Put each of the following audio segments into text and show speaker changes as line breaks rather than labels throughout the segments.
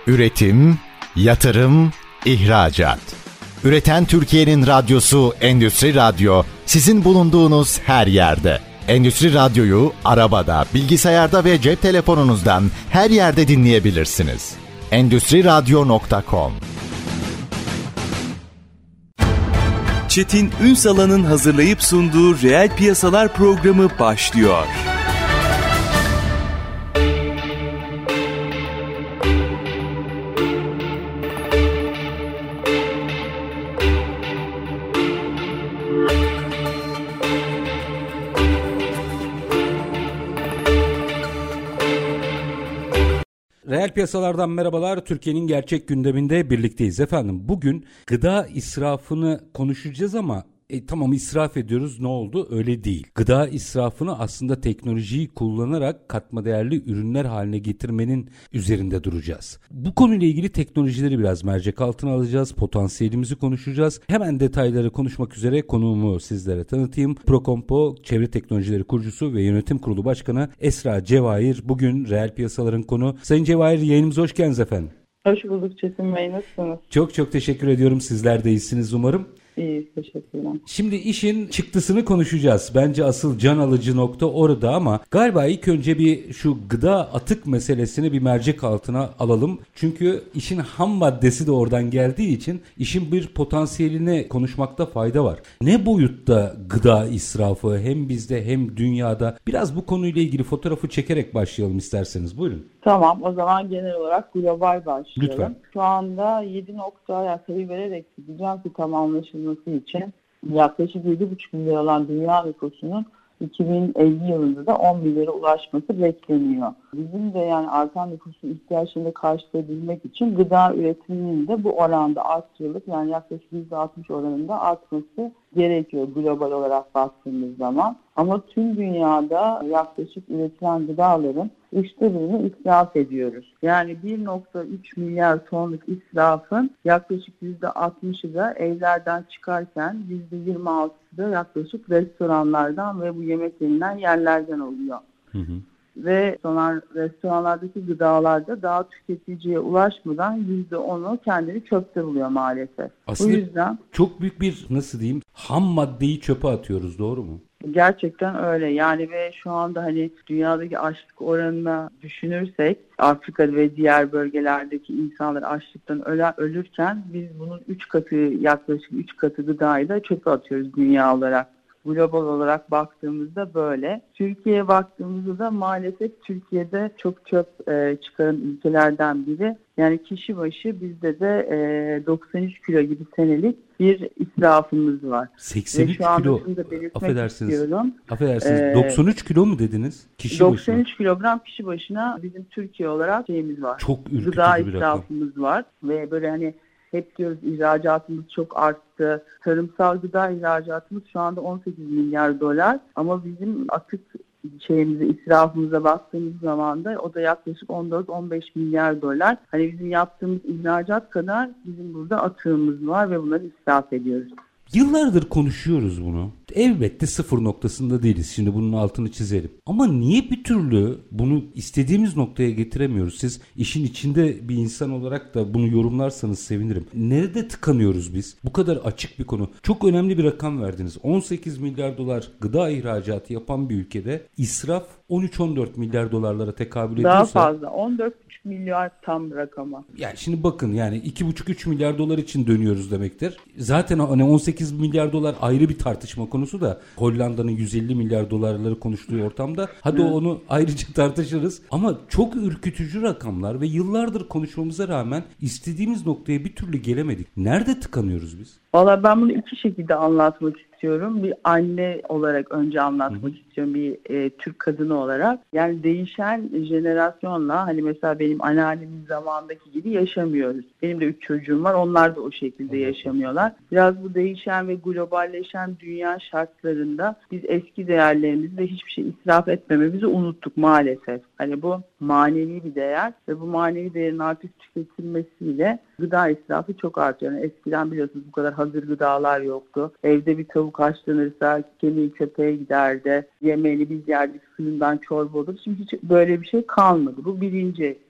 Üretim, yatırım, ihracat. Üreten Türkiye'nin radyosu Endüstri Radyo, sizin bulunduğunuz her yerde. Endüstri Radyo'yu arabada, bilgisayarda ve cep telefonunuzdan her yerde dinleyebilirsiniz. Endüstriradyo.com.
Çetin Ünsal'ın hazırlayıp sunduğu Reel Piyasalar programı başlıyor.
Reel piyasalardan merhabalar. Türkiye'nin gerçek gündeminde birlikteyiz efendim. Bugün gıda israfını konuşacağız ama tamam israf ediyoruz, ne oldu? Öyle değil. Gıda israfını aslında teknolojiyi kullanarak katma değerli ürünler haline getirmenin üzerinde duracağız. Bu konuyla ilgili teknolojileri biraz mercek altına alacağız. Potansiyelimizi konuşacağız. Hemen detayları konuşmak üzere konuğumu sizlere tanıtayım. Prokompo Çevre Teknolojileri Kurucusu ve Yönetim Kurulu Başkanı Esra Cevahir. Bugün reel piyasaların konu. Sayın Cevahir, yayınımıza hoş geldiniz efendim.
Hoş bulduk Çetin Bey, nasılsınız?
Çok teşekkür ediyorum. Sizler de iyisiniz umarım.
İyi, teşekkürler.
Şimdi işin çıktısını konuşacağız. Bence asıl can alıcı nokta orada ama galiba ilk önce bir şu gıda atık meselesini bir mercek altına alalım. Çünkü işin ham maddesi de oradan geldiği için işin bir potansiyelini konuşmakta fayda var. Ne boyutta gıda israfı hem bizde hem dünyada? Biraz bu konuyla ilgili fotoğrafı çekerek başlayalım isterseniz. Buyurun.
Tamam, o zaman genel olarak global başlayalım.
Lütfen.
Şu anda 7 noktaya sayı vererek gideceğim ki tam anlaşılması için yaklaşık 7,5 milyar olan dünya nüfusunun 2050 yılında da 10 milyara ulaşması bekleniyor. Bizim de yani artan nüfusun ihtiyaçlarını karşılayabilmek için gıda üretiminin de bu oranda arttırılıp yani yaklaşık %60 oranında artması gerekiyor global olarak baktığımız zaman. Ama tüm dünyada yaklaşık üretilen gıdaların 3/4'ünü israf ediyoruz. Yani 1,3 milyar tonluk israfın yaklaşık %60'ı da evlerden çıkarken %26'sı da yaklaşık restoranlardan ve bu yemek yenilen yerlerden oluyor. Ve restoranlardaki gıdalarda daha tüketiciye ulaşmadan %10'u kendini çöpte buluyor maalesef.
Aslında
bu yüzden
çok büyük bir ham maddeyi çöpe atıyoruz, doğru mu?
Gerçekten öyle yani ve şu anda hani dünyadaki açlık oranına düşünürsek Afrika ve diğer bölgelerdeki insanlar açlıktan ölürken biz bunun yaklaşık 3 katı gıdayı da çöpe atıyoruz dünya olarak. Global olarak baktığımızda böyle. Türkiye'ye baktığımızda da maalesef Türkiye'de çok çöp çıkaran ülkelerden biri. Yani kişi başı bizde de 93 kilo gibi senelik bir israfımız var.
83 kilo. Affedersiniz. 93 kilo mu dediniz? Kişi
93
başına.
kilogram kişi başına bizim Türkiye olarak şeyimiz var.
Çok ürkütücü
gıda
bir rakam.
israfımız var ve böyle hani hep diyoruz ihracatımız çok arttı. Tarımsal gıda ihracatımız şu anda 18 milyar dolar. Ama bizim atık israfımıza baktığımız zaman da o da yaklaşık 14-15 milyar dolar. Hani bizim yaptığımız ihracat kadar bizim burada atığımız var ve bunları israf ediyoruz.
Yıllardır konuşuyoruz bunu. Elbette sıfır noktasında değiliz. Şimdi bunun altını çizelim. Ama niye bir türlü bunu istediğimiz noktaya getiremiyoruz? Siz işin içinde bir insan olarak da bunu yorumlarsanız sevinirim. Nerede tıkanıyoruz biz? Bu kadar açık bir konu. Çok önemli bir rakam verdiniz. 18 milyar dolar gıda ihracatı yapan bir ülkede israf 13-14 milyar dolarlara tekabül ediyorsa...
Daha fazla. 14,5 milyar tam rakama.
Yani şimdi bakın yani 2,5-3 milyar dolar için dönüyoruz demektir. Zaten hani 18 milyar dolar ayrı bir tartışma konusu da Hollanda'nın 150 milyar dolarları konuştuğu ortamda hadi onu ayrıca tartışırız. Ama çok ürkütücü rakamlar ve yıllardır konuşmamıza rağmen istediğimiz noktaya bir türlü gelemedik. Nerede tıkanıyoruz biz?
Valla ben bunu iki şekilde anlatmak istiyorum. Bir anne olarak önce anlatmak istiyorum. Bir Türk kadını olarak. Yani değişen jenerasyonla hani mesela benim anneannemin zamandaki gibi yaşamıyoruz. Benim de 3 çocuğum var. Onlar da o şekilde yaşamıyorlar. Biraz bu değişen ve globalleşen dünya şartlarında biz eski değerlerimizi ve hiçbir şey israf etmememizi unuttuk maalesef. Hani bu manevi bir değer ve bu manevi değerin artık tüketilmesiyle gıda israfı çok artıyor. Yani eskiden biliyorsunuz bu kadar hazır gıdalar yoktu. Evde bir tavuk haşlanırsa kemiği köpeğe giderdi. Yemeğini biz yerdik, suyundan çorba olur. Şimdi hiç böyle bir şey kalmadı. Bu birinci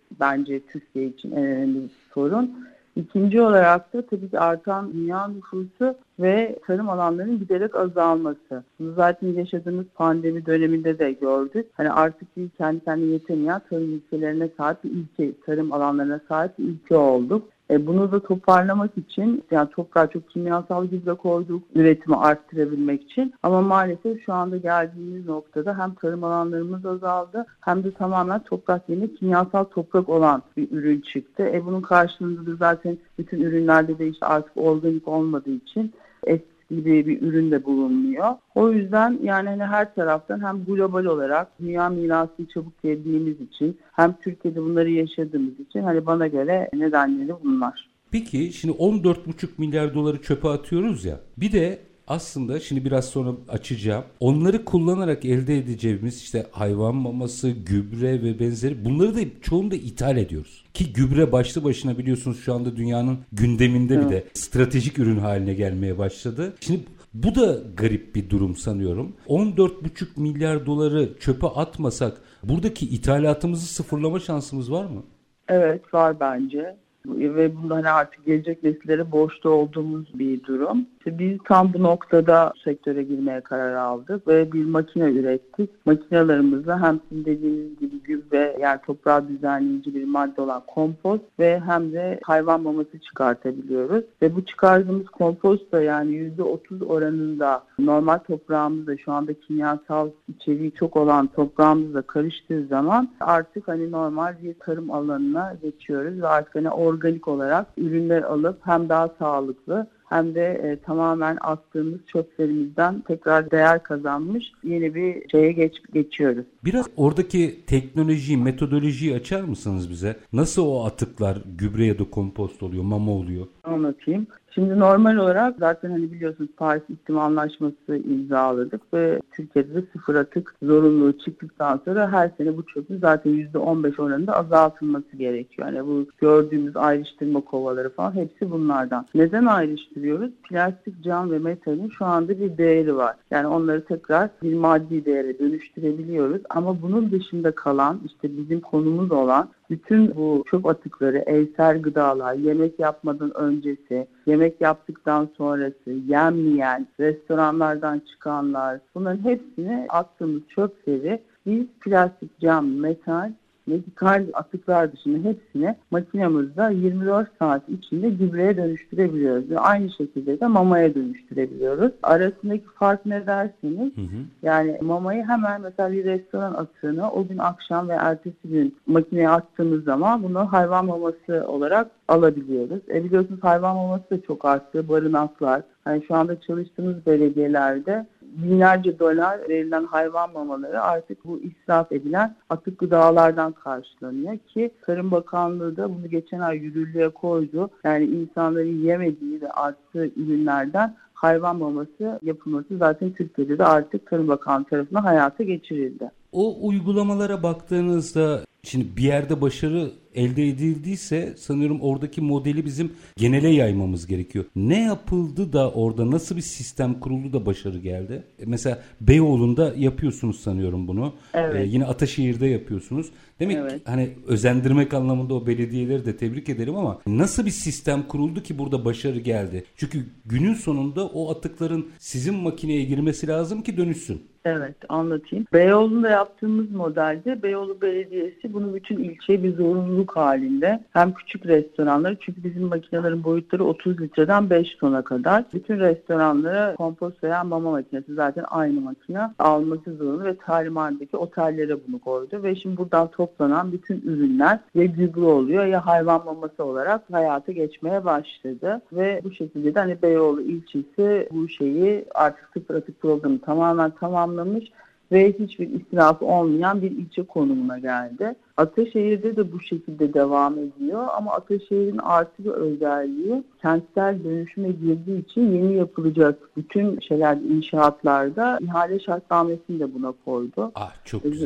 bence Türkiye için en önemli bir sorun. İkinci olarak da tabii ki artan dünya nüfusu ve tarım alanlarının giderek azalması. Bunu zaten yaşadığımız pandemi döneminde de gördük. Hani artık bir kendi kendine yetemeyen tarım ülkelerine sahip bir ülke, tarım alanlarına sahip bir ülke olduk. Bunu da toparlamak için yani toprağa çok kimyasal gübre koyduk, üretimi arttırabilmek için. Ama maalesef şu anda geldiğimiz noktada hem tarım alanlarımız azaldı hem de tamamen toprak yerine kimyasal toprak olan bir ürün çıktı. Bunun karşılığında da zaten bütün ürünlerde de işte artık organik olmadığı için gibi bir ürün de bulunmuyor. O yüzden yani hani her taraftan hem global olarak dünya mirasını çabuk yediğimiz için hem Türkiye'de bunları yaşadığımız için hani bana göre nedenleri bunlar.
Peki şimdi 14,5 milyar doları çöpe atıyoruz ya. Bir de aslında şimdi biraz sonra açacağım. Onları kullanarak elde edeceğimiz işte hayvan maması, gübre ve benzeri bunları da çoğunu da ithal ediyoruz. Ki gübre başlı başına biliyorsunuz şu anda dünyanın gündeminde bir de stratejik ürün haline gelmeye başladı. Şimdi bu da garip bir durum sanıyorum. 14,5 milyar doları çöpe atmasak buradaki ithalatımızı sıfırlama şansımız var mı?
Evet, var bence. Ve bunda hani artık gelecek nesillere borçlu olduğumuz bir durum. İşte biz tam bu noktada sektöre girmeye karar aldık ve bir makine ürettik. Makinalarımızla hem sizin dediğiniz gibi gübre, yani toprağı düzenleyici bir madde olan kompost ve hem de hayvan maması çıkartabiliyoruz. Ve bu çıkardığımız kompost da yani %30 oranında normal toprağımızda şu anda kimyasal içeriği çok olan toprağımızla karıştığı zaman artık hani normal bir tarım alanına geçiyoruz ve artık hani organik olarak ürünler alıp hem daha sağlıklı hem de tamamen attığımız çöplerimizden tekrar değer kazanmış yeni bir şeye geçiyoruz.
Biraz oradaki teknolojiyi, metodolojiyi açar mısınız bize? Nasıl o atıklar gübre ya da kompost oluyor, mama oluyor?
Anlatayım. Şimdi normal olarak zaten hani biliyorsunuz Paris İklim Anlaşması imzaladık ve Türkiye'de de sıfır atık zorunluluğu çıktıktan sonra her sene bu çöpün zaten %15 oranında azaltılması gerekiyor. Yani bu gördüğümüz ayrıştırma kovaları falan hepsi bunlardan. Neden ayrıştırıyoruz? Plastik, cam ve metalin şu anda bir değeri var. Yani onları tekrar bir maddi değere dönüştürebiliyoruz ama bunun dışında kalan işte bizim konumuz olan bütün bu çöp atıkları, evsel gıdalar, yemek yapmadan öncesi, yemek yaptıktan sonrası, yenmeyen, restoranlardan çıkanlar, bunların hepsini attığımız çöpleri biz plastik, cam, metal, medikal atıklar dışında hepsini makinemizde 24 saat içinde gübreye dönüştürebiliyoruz. Ve aynı şekilde de mamaya dönüştürebiliyoruz. Arasındaki fark ne derseniz, yani mamayı hemen mesela bir restoran atığını o gün akşam ve ertesi gün makineye attığımız zaman bunu hayvan maması olarak alabiliyoruz. Biliyorsunuz hayvan maması da çok arttı. Barınaklar, yani şu anda çalıştığımız belediyelerde binlerce dolar verilen hayvan mamaları artık bu israf edilen atık gıdalardan karşılanıyor ki Tarım Bakanlığı da bunu geçen ay yürürlüğe koydu. Yani insanların yemediği ve arttığı ürünlerden hayvan maması yapılması zaten Türkiye'de de artık Tarım Bakanlığı tarafından hayata geçirildi.
O uygulamalara baktığınızda şimdi bir yerde başarı elde edildiyse sanıyorum oradaki modeli bizim genele yaymamız gerekiyor. Ne yapıldı da orada nasıl bir sistem kuruldu da başarı geldi? Mesela Beyoğlu'nda yapıyorsunuz sanıyorum bunu.
Evet.
Yine Ataşehir'de yapıyorsunuz. Demek ki hani özendirmek anlamında o belediyeleri de tebrik ederim ama nasıl bir sistem kuruldu ki burada başarı geldi? Çünkü günün sonunda o atıkların sizin makineye girmesi lazım ki dönüşsün.
Evet, anlatayım. Beyoğlu'nda yaptığımız modelde Beyoğlu Belediyesi bunu bütün ilçeye bir zorunluluk halinde hem küçük restoranları, çünkü bizim makinelerin boyutları 30 litreden 5 tona kadar, bütün restoranlara kompost veya mama makinesi zaten aynı makine alması zorunlu ve talimatındaki otellere bunu koydu ve şimdi buradan toplanan bütün ürünler ya gübre oluyor ya hayvan maması olarak hayata geçmeye başladı ve bu şekilde de hani Beyoğlu ilçesi bu şeyi artık sıfır atık programı tamamen tamamlamış ve hiçbir israf olmayan bir ilçe konumuna geldi. Ataşehir'de de bu şekilde devam ediyor ama Ataşehir'in artı bir özelliği kentsel dönüşüme girdiği için yeni yapılacak bütün inşaatlarda ihale şartnamesini de buna koydu.
Çok güzel.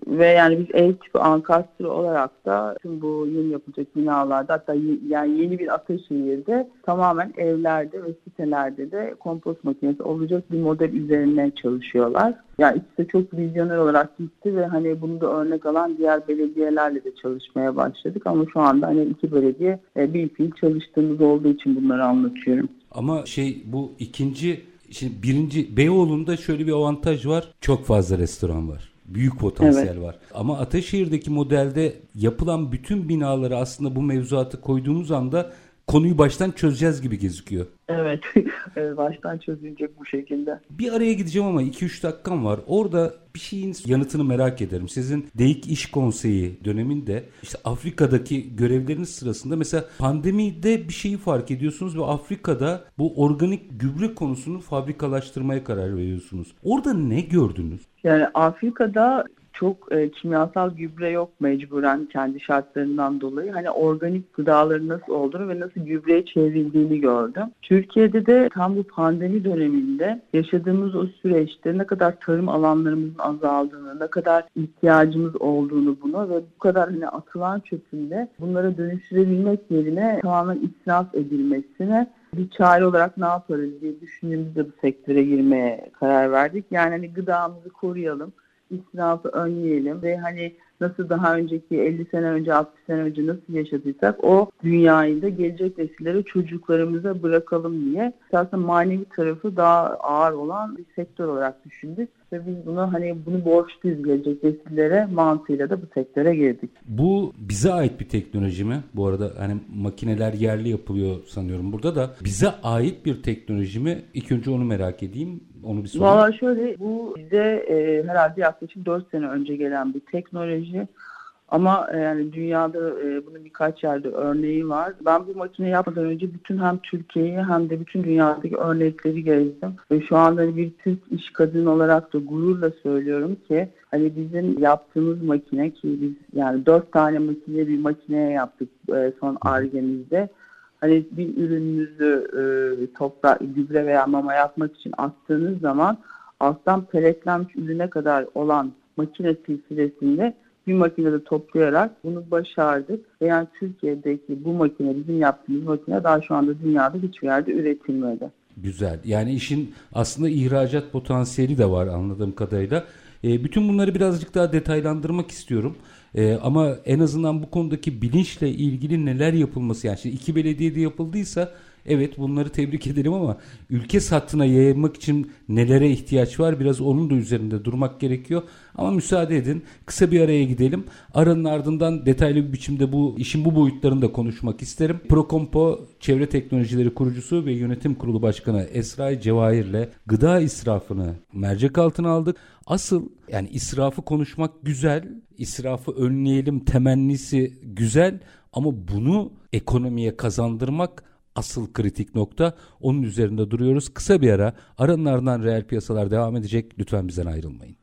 Ve yani biz ev tipi ankastre olarak da tüm bu yeni yapılacak binalarda, hatta yani yeni bir Ataşehir'de tamamen evlerde ve sitelerde de kompost makinesi olacak bir model üzerine çalışıyorlar. Yani ikisi de çok vizyoner olarak gitti ve hani bunu da örnek alan diğer belediyelerle de çalışmaya başladık. Ama şu anda hani iki belediye bir fiil çalıştığımız olduğu için bunları anlatıyorum.
Ama bu ikinci, şimdi birinci Beyoğlu'nda şöyle bir avantaj var. Çok fazla restoran var. Büyük potansiyel var. Ama Ataşehir'deki modelde yapılan bütün binaları aslında bu mevzuatı koyduğumuz anda konuyu baştan çözeceğiz gibi gözüküyor.
Evet, baştan çözülecek bu şekilde.
Bir araya gideceğim ama 2-3 dakikam var. Orada bir şeyin yanıtını merak ederim. Sizin DEİK İş Konseyi döneminde Afrika'daki görevleriniz sırasında mesela pandemide bir şeyi fark ediyorsunuz ve Afrika'da bu organik gübre konusunu fabrikalaştırmaya karar veriyorsunuz. Orada ne gördünüz?
Yani Afrika'da çok kimyasal gübre yok mecburen kendi şartlarından dolayı. Hani organik gıdaların nasıl olduğunu ve nasıl gübreye çevrildiğini gördüm. Türkiye'de de tam bu pandemi döneminde yaşadığımız o süreçte ne kadar tarım alanlarımızın azaldığını, ne kadar ihtiyacımız olduğunu buna ve bu kadar hani atılan çöpün de bunlara dönüştürebilmek yerine tamamen israf edilmesine bir çare olarak ne yaparız diye düşündüğümüzde bu sektöre girmeye karar verdik. Yani hani gıdamızı koruyalım, israfı önleyelim ve hani nasıl daha önceki 50 sene önce 60 sene önce nasıl yaşadıysak o dünyayı da gelecek nesillere, çocuklarımıza bırakalım diye aslında manevi tarafı daha ağır olan bir sektör olarak düşündük. Ve biz bunu borçluyuz gelecek nesillere mantığıyla da bu sektöre girdik.
Bu bize ait bir teknoloji mi? Bu arada hani makineler yerli yapılıyor sanıyorum burada da. Bize ait bir teknoloji mi? İlk önce onu merak edeyim. Onu bir sorayım.
Valla şöyle, bu bize herhalde yaklaşık 4 sene önce gelen bir teknoloji. Ama yani dünyada bunun birkaç yerde örneği var. Ben bu makine yapmadan önce bütün hem Türkiye'yi hem de bütün dünyadaki örnekleri gezdim. Ve şu anda bir Türk iş kadını olarak da gururla söylüyorum ki hani bizim yaptığımız makine, ki biz yani 4 tane makine bir makineye yaptık son Ar-Ge'mizde. Hani bir ürününüzü toprak, gübre veya mama yapmak için attığınız zaman alttan peletlenmiş ürüne kadar olan makine silsilesinde bir makinede toplayarak bunu başardık. Ve yani Türkiye'deki bu makine, bizim yaptığımız makine daha şu anda dünyada hiçbir yerde üretilmedi.
Güzel. Yani işin aslında ihracat potansiyeli de var anladığım kadarıyla. Bütün bunları birazcık daha detaylandırmak istiyorum. Ama en azından bu konudaki bilinçle ilgili neler yapılması, yani şimdi 2 belediyede yapıldıysa evet bunları tebrik ederim ama ülke sattına yayılmak için nelere ihtiyaç var, biraz onun da üzerinde durmak gerekiyor. Ama müsaade edin kısa bir araya gidelim. Aranın ardından detaylı bir biçimde bu işin bu boyutlarını da konuşmak isterim. Prokompo Çevre Teknolojileri Kurucusu ve Yönetim Kurulu Başkanı Esra Cevahir'le gıda israfını mercek altına aldık. Asıl yani israfı konuşmak güzel, israfı önleyelim temennisi güzel ama bunu ekonomiye kazandırmak asıl kritik nokta. Onun üzerinde duruyoruz. Kısa bir ara, aranın ardından reel piyasalar devam edecek. Lütfen bizden ayrılmayın.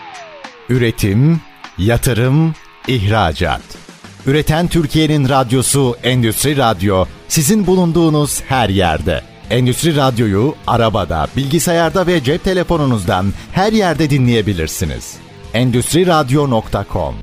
Üretim, yatırım, ihracat. Üreten Türkiye'nin radyosu Endüstri Radyo, sizin bulunduğunuz her yerde. Endüstri Radyo'yu arabada, bilgisayarda ve cep telefonunuzdan her yerde dinleyebilirsiniz. Endüstriradyo.com.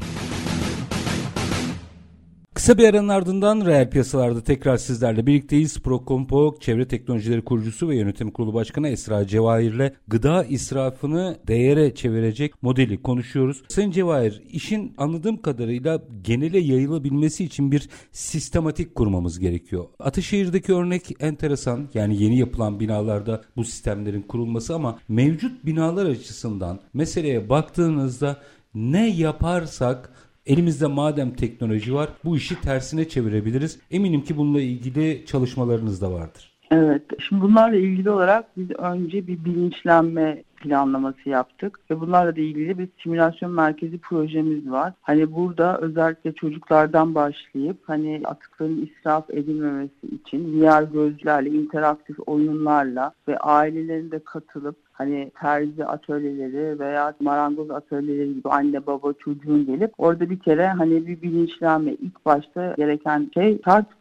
Kısa bir aranın ardından reel piyasalarda tekrar sizlerle birlikteyiz. Prokompo Çevre Teknolojileri Kurucusu ve Yönetim Kurulu Başkanı Esra Cevahir'le gıda israfını değere çevirecek modeli konuşuyoruz. Sayın Cevahir, işin anladığım kadarıyla genele yayılabilmesi için bir sistematik kurmamız gerekiyor. Ataşehir'deki örnek enteresan, yani yeni yapılan binalarda bu sistemlerin kurulması, ama mevcut binalar açısından meseleye baktığınızda ne yaparsak elimizde madem teknoloji var, bu işi tersine çevirebiliriz. Eminim ki bununla ilgili çalışmalarınız da vardır.
Evet, şimdi bunlarla ilgili olarak biz önce bir bilinçlenme planlaması yaptık ve bunlarla da ilgili bir simülasyon merkezi projemiz var. Hani burada özellikle çocuklardan başlayıp hani atıkların israf edilmemesi için VR gözlerle, interaktif oyunlarla ve ailelerin de katılıp hani terzi atölyeleri veya marangoz atölyeleri gibi anne baba çocuğun gelip orada bir kere hani bir bilinçlenme, ilk başta gereken şart bu.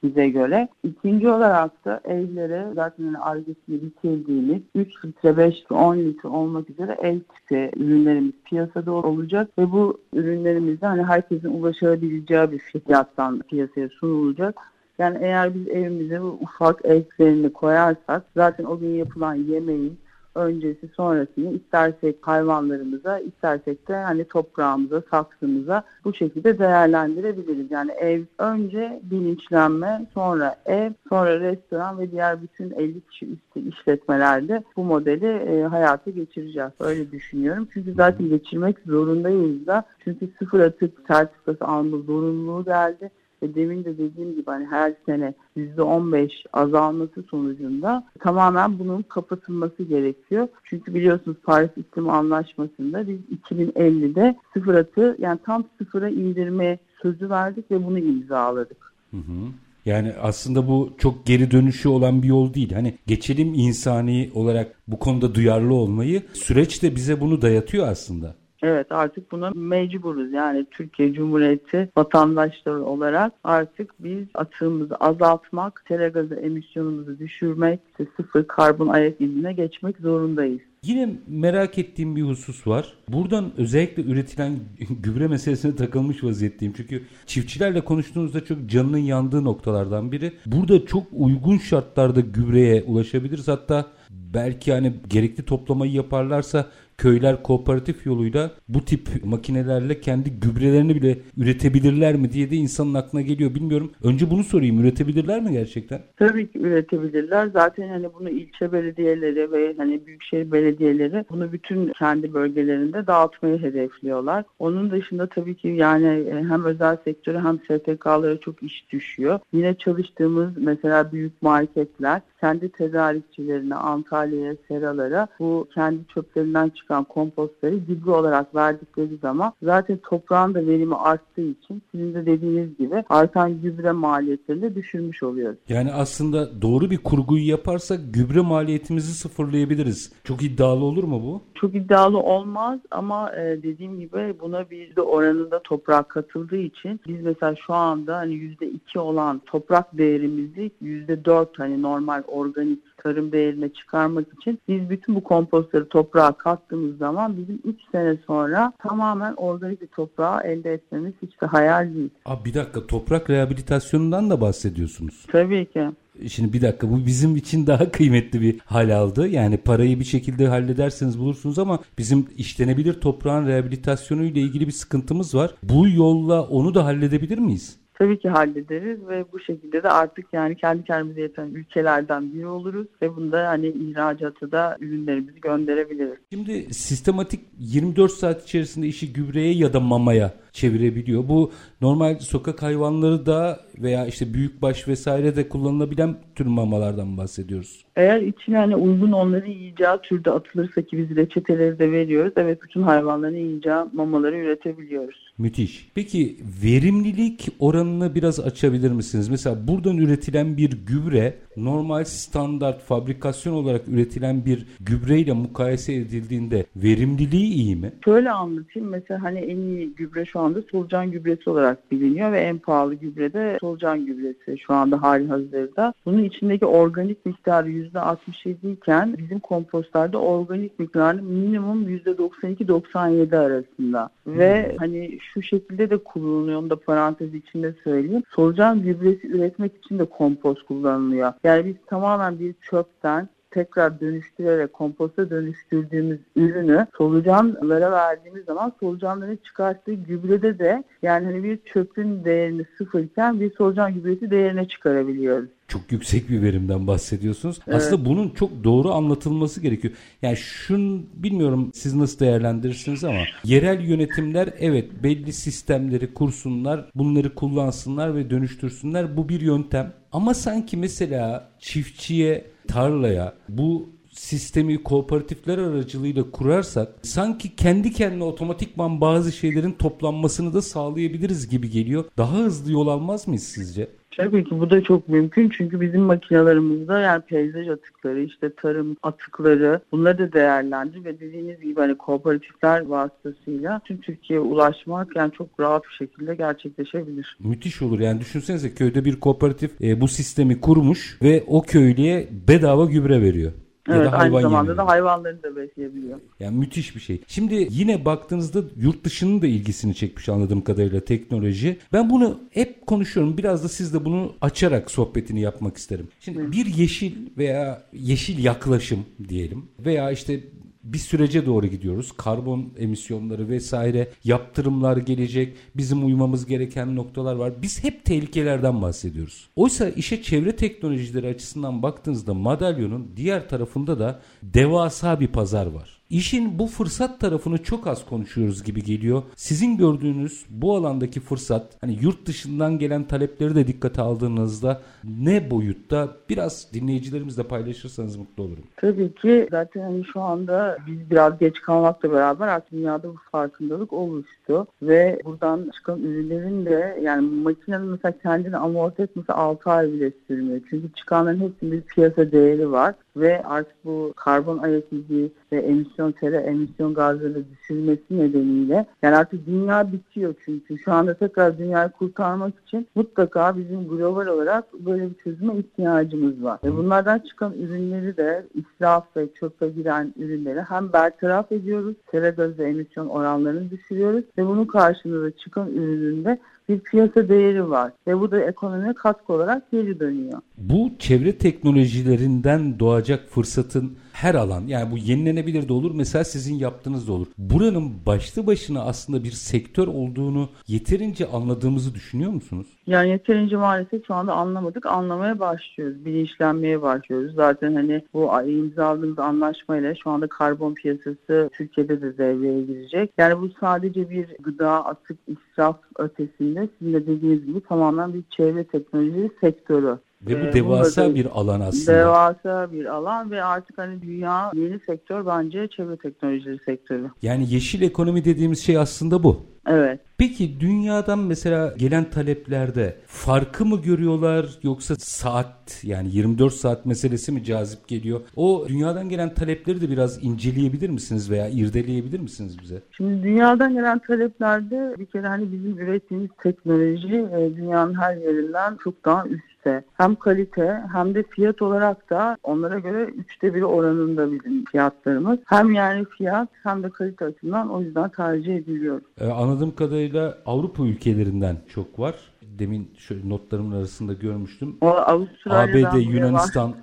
bize göre. İkinci olarak da evlere zaten Ar-Ge'sini bitirdiğimiz 3 litre, 5 litre, 10 litre olmak üzere ev tipi ürünlerimiz piyasada olacak ve bu ürünlerimizde hani herkesin ulaşabileceği bir fiyattan piyasaya sunulacak. Yani eğer biz evimize bu ufak eklerini koyarsak zaten o gün yapılan yemeğin öncesi sonrasını istersek hayvanlarımıza, istersek de hani toprağımıza, saksımıza bu şekilde değerlendirebiliriz. Yani ev önce bilinçlenme, sonra ev, sonra restoran ve diğer bütün 50 kişi üstü işletmelerde bu modeli hayata geçireceğiz. Öyle düşünüyorum. Çünkü zaten geçirmek zorundayız da. Çünkü sıfır atık sertifikası alma zorunluluğu geldi. Demin de dediğim gibi hani her sene %15 azalması sonucunda tamamen bunun kapatılması gerekiyor. Çünkü biliyorsunuz Paris İklim Anlaşması'nda biz 2050'de sıfır atı yani tam sıfıra indirme sözü verdik ve bunu imzaladık.
Hı hı. Yani aslında bu çok geri dönüşü olan bir yol değil. Hani geçelim insani olarak bu konuda duyarlı olmayı. Süreç de bize bunu dayatıyor aslında.
Evet, artık buna mecburuz. Yani Türkiye Cumhuriyeti vatandaşları olarak artık biz atığımızı azaltmak, sera gazı emisyonumuzu düşürmek, sıfır karbon ayak izine geçmek zorundayız.
Yine merak ettiğim bir husus var. Buradan özellikle üretilen gübre meselesine takılmış vaziyetteyim. Çünkü çiftçilerle konuştuğunuzda çok canının yandığı noktalardan biri. Burada çok uygun şartlarda gübreye ulaşabiliriz. Hatta belki hani gerekli toplamayı yaparlarsa köyler kooperatif yoluyla bu tip makinelerle kendi gübrelerini bile üretebilirler mi diye de insanın aklına geliyor. Bilmiyorum. Önce bunu sorayım. Üretebilirler mi gerçekten?
Tabii ki üretebilirler. Zaten hani bunu ilçe belediyeleri ve hani büyükşehir belediyeleri bunu bütün kendi bölgelerinde dağıtmayı hedefliyorlar. Onun dışında tabii ki yani hem özel sektöre hem STK'lara çok iş düşüyor. Yine çalıştığımız mesela büyük marketler kendi tedarikçilerine, Antalya'ya, seralara bu kendi çöplerinden çıkan kompostları gübre olarak verdikleri zaman zaten toprağın da verimi arttığı için sizin de dediğiniz gibi artan gübre maliyetlerini de düşürmüş oluyoruz.
Yani aslında doğru bir kurguyu yaparsak gübre maliyetimizi sıfırlayabiliriz. Çok iddialı olur mu bu?
Çok iddialı olmaz ama dediğim gibi buna bir de oranında toprak katıldığı için biz mesela şu anda hani %2 olan toprak değerimizi %4 hani normal organik tarım değerine çıkarmak için biz bütün bu kompostları toprağa kattığımız zaman bizim 3 sene sonra tamamen organik bir toprağı elde etmemiz hiç de hayal değil.
Bir dakika, toprak rehabilitasyonundan da bahsediyorsunuz.
Tabii ki.
Şimdi bir dakika, bu bizim için daha kıymetli bir hal aldı. Yani parayı bir şekilde hallederseniz bulursunuz ama bizim işlenebilir toprağın rehabilitasyonu ile ilgili bir sıkıntımız var. Bu yolla onu da halledebilir miyiz?
Tabii ki hallederiz ve bu şekilde de artık yani kendi kendimize yeten ülkelerden biri oluruz ve bunda hani ihracatı da ürünlerimizi gönderebiliriz.
Şimdi sistematik 24 saat içerisinde işi gübreye ya da mamaya çevirebiliyor. Bu normal sokak hayvanları da veya işte büyükbaş vesaire de kullanılabilen tür mamalardan bahsediyoruz.
Eğer içine hani uygun onların yiyeceği türde atılırsa ki biz reçeteleri de veriyoruz. Evet, bütün hayvanların yiyeceği mamaları üretebiliyoruz.
Müthiş. Peki verimlilik oranını biraz açabilir misiniz? Mesela buradan üretilen bir gübre normal standart fabrikasyon olarak üretilen bir gübreyle mukayese edildiğinde verimliliği iyi mi?
Şöyle anlatayım. Mesela hani en iyi gübre şu anda solucan gübresi olarak biliniyor ve en pahalı gübre de solucan gübresi şu anda hali hazırda. Bunun içindeki organik miktarı %67 iken bizim kompostlarda organik miktarı minimum %92-97 arasında. Ve hani şu şekilde de kullanılıyor, onu da parantez içinde söyleyeyim. Solucan gübresi üretmek için de kompost kullanılıyor. Yani biz tamamen bir çöpten tekrar dönüştürerek komposta dönüştürdüğümüz ürünü solucanlara verdiğimiz zaman solucanların çıkarttığı gübrede de yani hani bir çöpün değerini sıfırken bir solucan gübresi değerine çıkarabiliyoruz.
Çok yüksek bir verimden bahsediyorsunuz.
Evet.
Aslında bunun çok doğru anlatılması gerekiyor. Yani şunu bilmiyorum siz nasıl değerlendirirsiniz ama yerel yönetimler evet belli sistemleri kursunlar, bunları kullansınlar ve dönüştürsünler. Bu bir yöntem. Ama sanki mesela çiftçiye, tarlaya bu sistemi kooperatifler aracılığıyla kurarsak sanki kendi kendine otomatikman bazı şeylerin toplanmasını da sağlayabiliriz gibi geliyor. Daha hızlı yol almaz mıyız sizce?
Tabii ki bu da çok mümkün çünkü bizim makinelerimizde yani peyzaj atıkları, işte tarım atıkları bunları da değerlendir ve dediğiniz gibi hani kooperatifler vasıtasıyla tüm Türkiye'ye ulaşmak yani çok rahat bir şekilde gerçekleşebilir.
Müthiş olur yani düşünsenize köyde bir kooperatif bu sistemi kurmuş ve o köylüye bedava gübre veriyor.
Evet, aynı zamanda da hayvanları da besleyebiliyor.
Yani müthiş bir şey. Şimdi yine baktığınızda yurt dışının da ilgisini çekmiş anladığım kadarıyla teknoloji. Ben bunu hep konuşuyorum. Biraz da siz de bunu açarak sohbetini yapmak isterim. Şimdi bir yeşil veya yeşil yaklaşım diyelim veya işte bir sürece doğru gidiyoruz. Karbon emisyonları vesaire yaptırımlar gelecek. Bizim uymamız gereken noktalar var. Biz hep tehlikelerden bahsediyoruz. Oysa işe çevre teknolojileri açısından baktığınızda madalyonun diğer tarafında da devasa bir pazar var. İşin bu fırsat tarafını çok az konuşuyoruz gibi geliyor. Sizin gördüğünüz bu alandaki fırsat, hani yurt dışından gelen talepleri de dikkate aldığınızda ne boyutta, biraz dinleyicilerimizle paylaşırsanız mutlu olurum.
Tabii ki zaten hani şu anda biz biraz geç kalmakla beraber artık dünyada bu farkındalık oluştu ve buradan çıkan ürünlerin de yani makinenin mesela kendini amorti etmesi 6 ay bile sürmüyor. Çünkü çıkanların hepsinin bir piyasa değeri var ve artık bu karbon ayak izi ve emisyon gazları düşürmesi nedeniyle yani artık dünya bitiyor çünkü şu anda tekrar dünyayı kurtarmak için mutlaka bizim global olarak böyle bir çözüme ihtiyacımız var. Ve bunlardan çıkan ürünleri de israf ve çöpe giren ürünleri hem bertaraf ediyoruz, sera gazı emisyon oranlarını düşürüyoruz ve bunun karşılığında çıkan ürününde bir piyasa değeri var ve bu da ekonomiye katkı olarak geri dönüyor.
Bu çevre teknolojilerinden doğacak fırsatın her alan, yani bu yenilenebilir de olur, mesela sizin yaptığınız da olur. Buranın başlı başına aslında bir sektör olduğunu yeterince anladığımızı düşünüyor musunuz?
Yani yeterince maalesef şu anda anlamadık. Anlamaya başlıyoruz. Bilinçlenmeye başlıyoruz. Zaten hani bu imzaladığımız anlaşmayla şu anda karbon piyasası Türkiye'de de devreye girecek. Yani bu sadece bir gıda, atık, israf ötesinde sizin de dediğiniz gibi tamamen bir çevre teknolojisi sektörü.
Ve bu devasa bir alan aslında.
Devasa bir alan ve artık hani dünya yeni sektör bence çevre teknolojileri sektörü.
Yani yeşil ekonomi dediğimiz şey aslında bu.
Evet.
Peki dünyadan mesela gelen taleplerde farkı mı görüyorlar yoksa saat, yani 24 saat meselesi mi cazip geliyor? O dünyadan gelen talepleri de biraz inceleyebilir misiniz veya irdeleyebilir misiniz bize?
Şimdi dünyadan gelen taleplerde bir kere hani bizim ürettiğimiz teknoloji dünyanın her yerinden çok daha üstte. Hem kalite hem de fiyat olarak da onlara göre 1/3 oranında bizim fiyatlarımız. Hem yani fiyat hem de kalite açısından o yüzden tercih ediliyor.
Anladığım kadarıyla Avrupa ülkelerinden çok var. Demin şöyle notlarımın arasında görmüştüm. ABD, Yunanistan,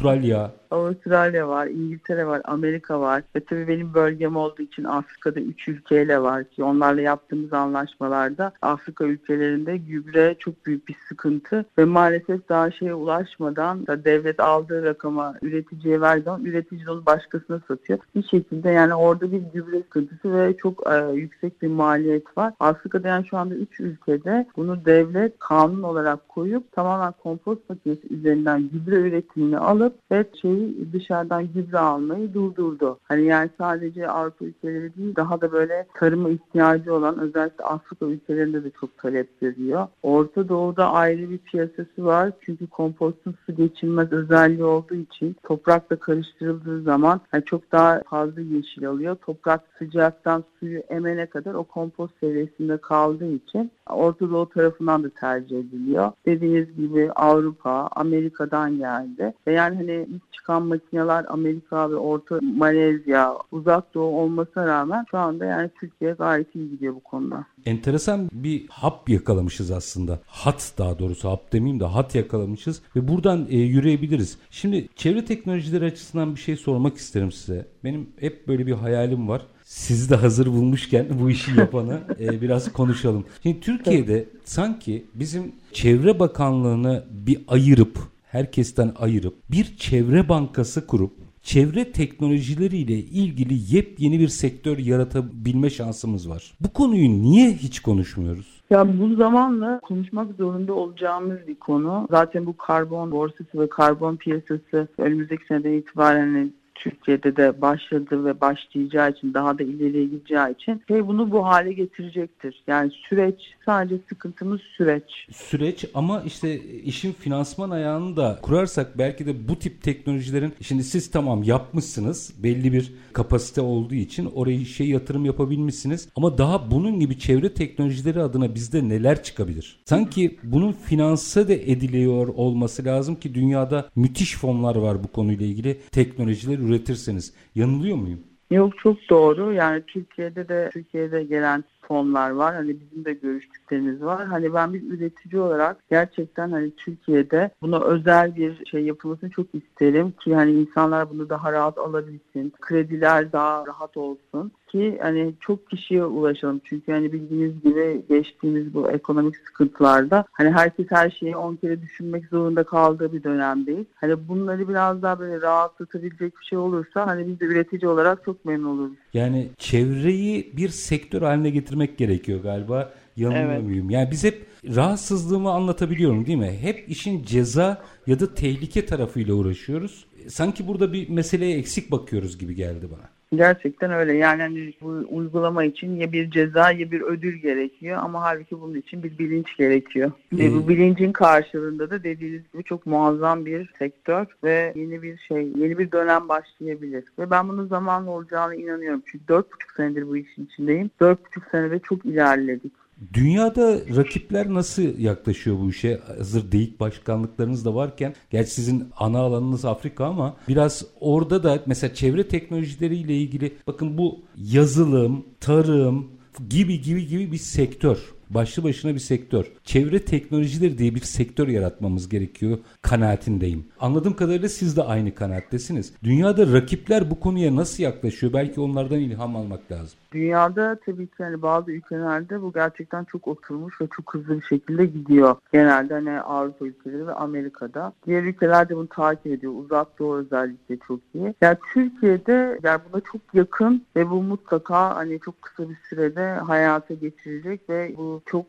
Avustralya
var, İngiltere var, Amerika var. Ve tabii benim bölgem olduğu için Afrika'da 3 ülkeyle var ki onlarla yaptığımız anlaşmalarda Afrika ülkelerinde gübre çok büyük bir sıkıntı ve maalesef daha şeye ulaşmadan da devlet aldığı rakama üreticiye verdiği zaman üretici onu başkasına satıyor. Bir şekilde yani orada bir gübre sıkıntısı ve çok yüksek bir maliyet var. Afrika'da yani şu anda 3 ülkede bunu devlet kanun olarak koyup tamamen kompost makinesi üzerinden gübre üretimini alıp ve dışarıdan gübre almayı durdurdu. Hani yani sadece Avrupa ülkeleri değil, daha da böyle tarıma ihtiyacı olan özellikle Afrika ülkelerinde de çok talep görüyor. Orta Doğu'da ayrı bir piyasası var. Çünkü kompostun su geçirmez özelliği olduğu için toprakla karıştırıldığı zaman yani çok daha fazla yeşil alıyor. Toprak sıcaktan suyu emene kadar o kompost seviyesinde kaldığı için Orta Doğu tarafından da tercih ediliyor. Dediğiniz gibi Avrupa, Amerika'dan geldi. Ve yani hani ilk çıkan makineler Amerika ve Malezya, Uzak Doğu olmasına rağmen şu anda yani Türkiye gayet iyi gidiyor bu konuda.
Enteresan bir hap yakalamışız aslında. Daha doğrusu hap demeyeyim de hat yakalamışız ve buradan yürüyebiliriz. Şimdi çevre teknolojileri açısından bir şey sormak isterim size. Benim hep böyle bir hayalim var. Sizi de hazır bulmuşken bu işi yapanı biraz konuşalım. Şimdi Türkiye'de sanki bizim Çevre Bakanlığı'nı herkesten ayırıp bir çevre bankası kurup çevre teknolojileriyle ilgili yepyeni bir sektör yaratabilme şansımız var. Bu konuyu niye hiç konuşmuyoruz?
Ya bu zamanla konuşmak zorunda olacağımız bir konu. Zaten bu karbon borsası ve karbon piyasası önümüzdeki seneden itibaren Türkiye'de de başladı ve başlayacağı için, daha da ileriye gideceği için bunu bu hale getirecektir. Yani süreç, sadece sıkıntımız süreç.
Süreç ama işte işin finansman ayağını da kurarsak belki de bu tip teknolojilerin, şimdi siz tamam yapmışsınız, belli bir kapasite olduğu için oraya yatırım yapabilmişsiniz ama daha bunun gibi çevre teknolojileri adına bizde neler çıkabilir? Sanki bunun finanse de ediliyor olması lazım ki dünyada müthiş fonlar var bu konuyla ilgili, teknolojiler üretirseniz. Yanılıyor muyum?
Yok, çok doğru. Yani Türkiye'de gelen fonlar var. Hani bizim de görüştüklerimiz var. Hani ben bir üretici olarak gerçekten hani Türkiye'de buna özel bir şey yapılmasını çok isterim ki hani insanlar bunu daha rahat alabilsin. Krediler daha rahat olsun ki hani çok kişiye ulaşalım. Çünkü hani bildiğiniz gibi geçtiğimiz bu ekonomik sıkıntılarda hani herkes her şeyi 10 kere düşünmek zorunda kaldığı bir dönemdeyiz. Hani bunları biraz daha böyle rahatlatabilecek bir şey olursa hani biz de üretici olarak çok memnun oluruz.
Yani çevreyi bir sektör haline getirmek gerekiyor galiba. Yanılmıyor muyum? Yani biz hep rahatsızlığımı anlatabiliyorum değil mi? Hep işin ceza ya da tehlike tarafıyla uğraşıyoruz. Sanki burada bir meseleye eksik bakıyoruz gibi geldi bana.
Gerçekten öyle. Yani hani bu uygulama için ya bir ceza ya bir ödül gerekiyor ama halbuki bunun için bir bilinç gerekiyor. Ve bu bilincin karşılığında da dediğiniz gibi çok muazzam bir sektör ve yeni bir dönem başlayabilir. Ve ben bunun zamanla olacağına inanıyorum. Çünkü 4,5 senedir bu işin içindeyim. 4,5 senede çok ilerledik.
Dünyada rakipler nasıl yaklaşıyor bu işe? Hazır DEİK başkanlıklarınız da varken, gerçi sizin ana alanınız Afrika ama biraz orada da mesela çevre teknolojileriyle ilgili bakın bu yazılım, tarım gibi bir sektör. Başlı başına bir sektör. Çevre teknolojileri diye bir sektör yaratmamız gerekiyor kanaatindeyim. Anladığım kadarıyla siz de aynı kanaattesiniz. Dünyada rakipler bu konuya nasıl yaklaşıyor? Belki onlardan ilham almak lazım.
Dünyada tabii ki yani bazı ülkelerde bu gerçekten çok oturmuş ve çok hızlı bir şekilde gidiyor. Genelde hani Avrupa ülkeleri ve Amerika'da. Diğer ülkeler de bunu takip ediyor. Uzak Doğu özellikle çok iyi. Yani Türkiye'de yani buna çok yakın ve bu mutlaka hani çok kısa bir sürede hayata geçirecek ve bu çok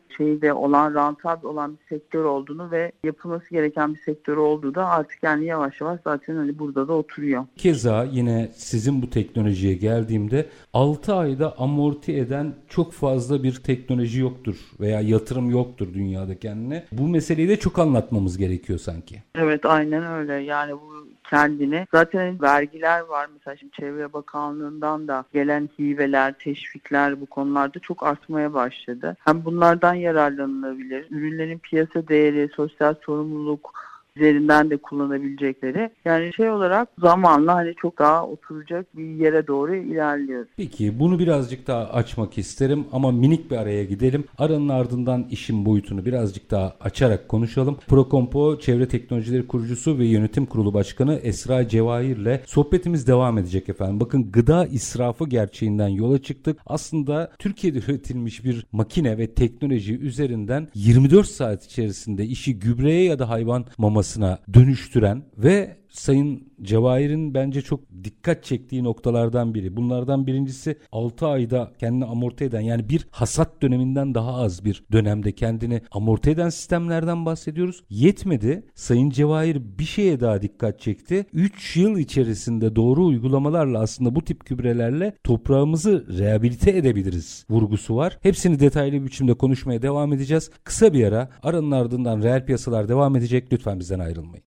rantabl olan bir sektör olduğunu ve yapılması gereken bir sektör olduğu da artık yani yavaş yavaş zaten hani burada da oturuyor.
Keza yine sizin bu teknolojiye geldiğimde 6 ayda amorti eden çok fazla bir teknoloji yoktur veya yatırım yoktur dünyada kendine. Bu meseleyi de çok anlatmamız gerekiyor sanki.
Evet, aynen öyle. Yani bu kendini zaten vergiler var. Mesela şimdi Çevre Bakanlığı'ndan da gelen hibeler, teşvikler bu konularda çok artmaya başladı. Hem bunlardan yararlanılabilir. Ürünlerin piyasa değeri, sosyal sorumluluk üzerinden de kullanabilecekleri. Yani olarak zamanla hani çok daha oturacak bir yere doğru ilerliyoruz.
Peki bunu birazcık daha açmak isterim ama minik bir araya gidelim. Aranın ardından işin boyutunu birazcık daha açarak konuşalım. Prokompo Çevre Teknolojileri Kurucusu ve Yönetim Kurulu Başkanı Esra Cevahir ile sohbetimiz devam edecek efendim. Bakın gıda israfı gerçeğinden yola çıktık. Aslında Türkiye'de üretilmiş bir makine ve teknoloji üzerinden 24 saat içerisinde işi gübreye ya da hayvan mamasına dönüştüren ve Sayın Cevahir'in bence çok dikkat çektiği noktalardan biri. Bunlardan birincisi 6 ayda kendini amorti eden, yani bir hasat döneminden daha az bir dönemde kendini amorti eden sistemlerden bahsediyoruz. Yetmedi. Sayın Cevahir bir şeye daha dikkat çekti. 3 yıl içerisinde doğru uygulamalarla aslında bu tip gübrelerle toprağımızı rehabilite edebiliriz vurgusu var. Hepsini detaylı bir biçimde konuşmaya devam edeceğiz. Kısa bir ara, aranın ardından reel piyasalar devam edecek. Lütfen bizden ayrılmayın.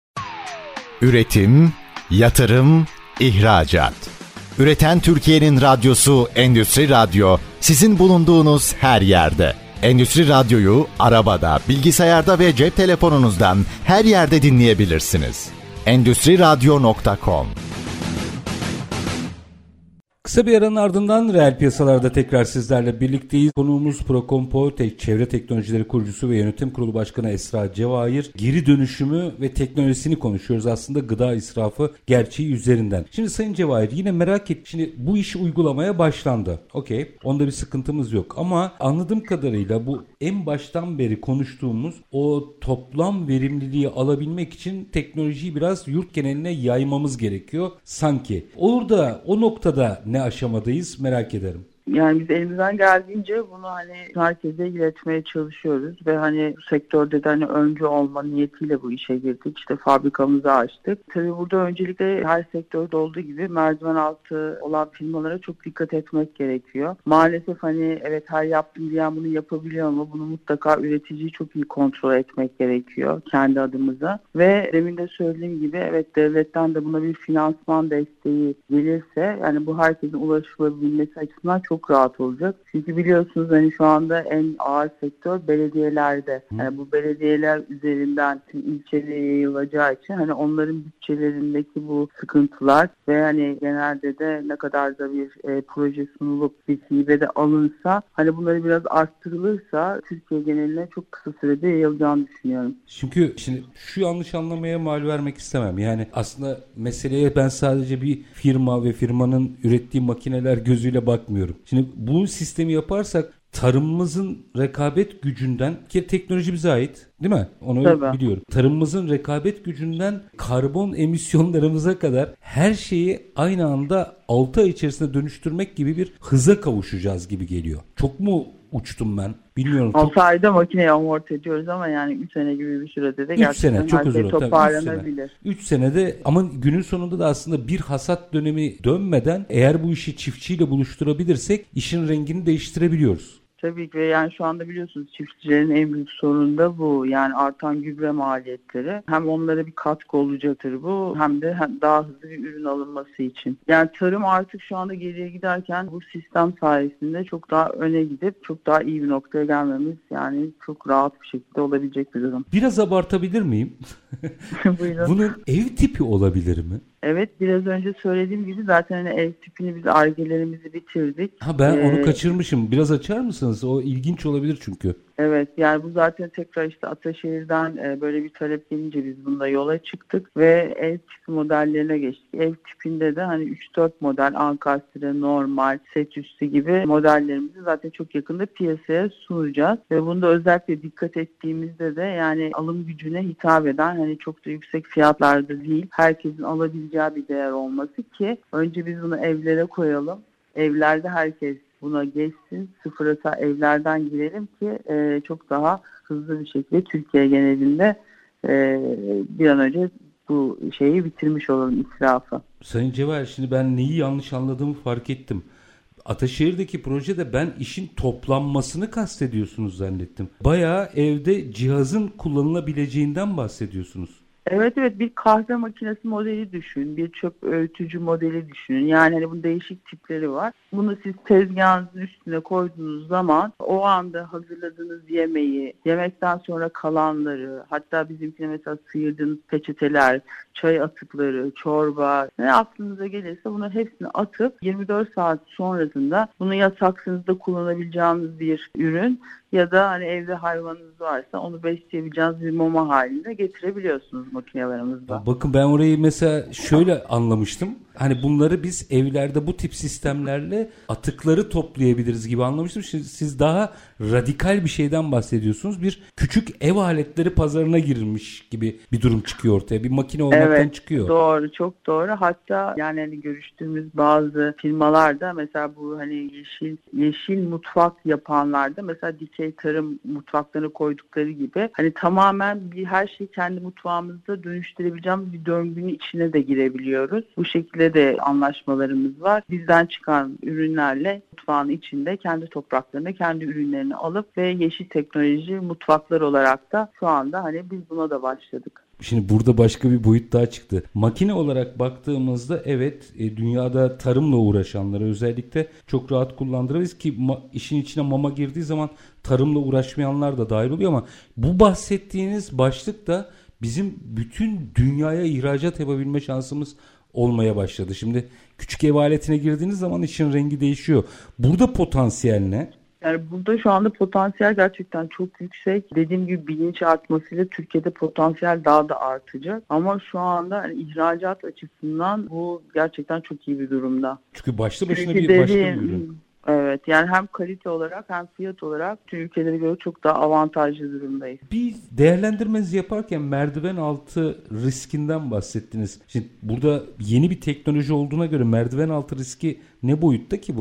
Üretim, yatırım, ihracat. Üreten Türkiye'nin radyosu Endüstri Radyo, sizin bulunduğunuz her yerde. Endüstri Radyo'yu arabada, bilgisayarda ve cep telefonunuzdan her yerde dinleyebilirsiniz. Endüstriradyo.com.
Kısa bir aranın ardından reel piyasalarda tekrar sizlerle birlikteyiz. Konuğumuz Prokompo Çevre Teknolojileri Kurucusu ve Yönetim Kurulu Başkanı Esra Cevahir. Geri dönüşümü ve teknolojisini konuşuyoruz aslında gıda israfı gerçeği üzerinden. Şimdi Sayın Cevahir, yine merak ettim. Şimdi bu iş uygulamaya başlandı. Okey. Onda bir sıkıntımız yok. Ama anladığım kadarıyla bu en baştan beri konuştuğumuz o toplam verimliliği alabilmek için teknolojiyi biraz yurt geneline yaymamız gerekiyor sanki. Orada, o noktada ne aşamadayız merak ederim.
Yani biz elimizden geldiğince bunu hani herkese iletmeye çalışıyoruz ve hani bu sektörde de hani öncü olma niyetiyle bu işe girdik. İşte fabrikamızı açtık. Tabii burada öncelikle her sektörde olduğu gibi merdiven altı olan firmalara çok dikkat etmek gerekiyor. Maalesef hani evet her yaptım diyen bunu yapabiliyor ama bunu mutlaka üreticiyi çok iyi kontrol etmek gerekiyor kendi adımıza. Ve demin de söylediğim gibi evet devletten de buna bir finansman desteği gelirse yani bu herkesin ulaşılabilmesi açısından çok rahat olacak. Çünkü biliyorsunuz hani şu anda en ağır sektör belediyelerde. Yani bu belediyeler üzerinden ilçelere yayılacağı için hani onların bütçelerindeki bu sıkıntılar ve hani genelde de ne kadar da bir proje sunulup bir hibe de alınsa hani bunları biraz arttırılırsa Türkiye geneline çok kısa sürede yayılacağını düşünüyorum.
Çünkü şimdi şu yanlış anlamaya mal vermek istemem. Yani aslında meseleye ben sadece bir firma ve firmanın ürettiği makineler gözüyle bakmıyorum. Şimdi bu sistemi yaparsak tarımımızın rekabet gücünden ki teknoloji bize ait değil mi? Onu
Tabii.
biliyorum. Tarımımızın rekabet gücünden karbon emisyonlarımıza kadar her şeyi aynı anda 6 ay içerisinde dönüştürmek gibi bir hıza kavuşacağız gibi geliyor. Çok mu uçtum ben? Bilmiyorum.
6 ayda makineyi amorti ediyoruz ama yani 3 sene gibi bir sürede de gerçekten her şey toparlanabilir.
3 senede ama günün sonunda da aslında bir hasat dönemi dönmeden eğer bu işi çiftçiyle buluşturabilirsek işin rengini değiştirebiliyoruz.
Tabii ki ve yani şu anda biliyorsunuz çiftçilerin en büyük sorunu da bu. Yani artan gübre maliyetleri. Hem onlara bir katkı olacaktır bu hem de daha hızlı bir ürün alınması için. Yani tarım artık şu anda geriye giderken bu sistem sayesinde çok daha öne gidip çok daha iyi bir noktaya gelmemiz yani çok rahat bir şekilde olabilecek bir durum.
Biraz abartabilir miyim?
Buyurun.
Bunun ev tipi olabilir mi?
Evet biraz önce söylediğim gibi zaten hani ev tipini biz argelerimizi bitirdik.
Ben onu kaçırmışım. Biraz açar mısınız? O ilginç olabilir çünkü.
Evet yani bu zaten tekrar işte Ataşehir'den böyle bir talep gelince biz bunda yola çıktık ve ev tipi modellerine geçtik. Ev tipinde de hani 3-4 model ankastre, normal, set üstü gibi modellerimizi zaten çok yakında piyasaya sunacağız. Ve bunda özellikle dikkat ettiğimizde de yani alım gücüne hitap eden hani çok da yüksek fiyatlarda değil herkesin alabileceği bir değer olması ki önce biz bunu evlere koyalım. Evlerde herkes buna geçsin. Sıfır hata evlerden girelim ki çok daha hızlı bir şekilde Türkiye genelinde bir an önce bu şeyi bitirmiş olalım israfı.
Sayın Cevher şimdi ben neyi yanlış anladığımı fark ettim. Ataşehir'deki projede ben işin toplanmasını kastediyorsunuz zannettim. Bayağı evde cihazın kullanılabileceğinden bahsediyorsunuz.
Evet bir kahve makinesi modeli düşünün, bir çöp öğütücü modeli düşünün. Yani hani bunun değişik tipleri var. Bunu siz tezgahınızın üstüne koyduğunuz zaman o anda hazırladığınız yemeği, yemekten sonra kalanları, hatta bizimkine mesela sıyırdığınız peçeteler, çay atıkları, çorba, ne aklınıza gelirse bunların hepsini atıp 24 saat sonrasında bunu ya saksınızda kullanabileceğiniz bir ürün ya da hani evde hayvanınız varsa onu besleyebileceğiniz bir mama halinde getirebiliyorsunuz makinelerimizde.
Bakın ben orayı mesela şöyle anlamıştım. Hani bunları biz evlerde bu tip sistemlerle atıkları toplayabiliriz gibi anlamıştım. Şimdi siz daha radikal bir şeyden bahsediyorsunuz. Bir küçük ev aletleri pazarına girilmiş gibi bir durum çıkıyor ortaya. Bir makine olmaktan çıkıyor.
Doğru, çok doğru. Hatta yani hani görüştüğümüz bazı firmalarda mesela bu hani yeşil mutfak yapanlarda mesela dikey tarım mutfaklarına koydukları gibi hani tamamen her şeyi kendi mutfağımızda dönüştürebileceğimiz bir döngünün içine de girebiliyoruz. Bu şekilde de anlaşmalarımız var. Bizden çıkan ürünlerle mutfağın içinde kendi topraklarına kendi ürünlerini alıp ve yeşil teknoloji mutfaklar olarak da şu anda hani biz buna da başladık.
Şimdi burada başka bir boyut daha çıktı. Makine olarak baktığımızda evet dünyada tarımla uğraşanlara özellikle çok rahat kullandırırız ki işin içine mama girdiği zaman tarımla uğraşmayanlar da dahil oluyor ama bu bahsettiğiniz başlık da bizim bütün dünyaya ihracat yapabilme şansımız olmaya başladı. Şimdi küçük ev aletine girdiğiniz zaman işin rengi değişiyor. Burada potansiyel ne?
Yani burada şu anda potansiyel gerçekten çok yüksek. Dediğim gibi bilinç artmasıyla Türkiye'de potansiyel daha da artacak. Ama şu anda yani ihracat açısından bu gerçekten çok iyi bir durumda.
Çünkü başlı başına başka bir ürün.
Evet yani hem kalite olarak hem fiyat olarak tüm ülkelere göre çok daha avantajlı durumdayız.
Bir değerlendirmenizi yaparken merdiven altı riskinden bahsettiniz. Şimdi burada yeni bir teknoloji olduğuna göre merdiven altı riski ne boyutta ki bunun?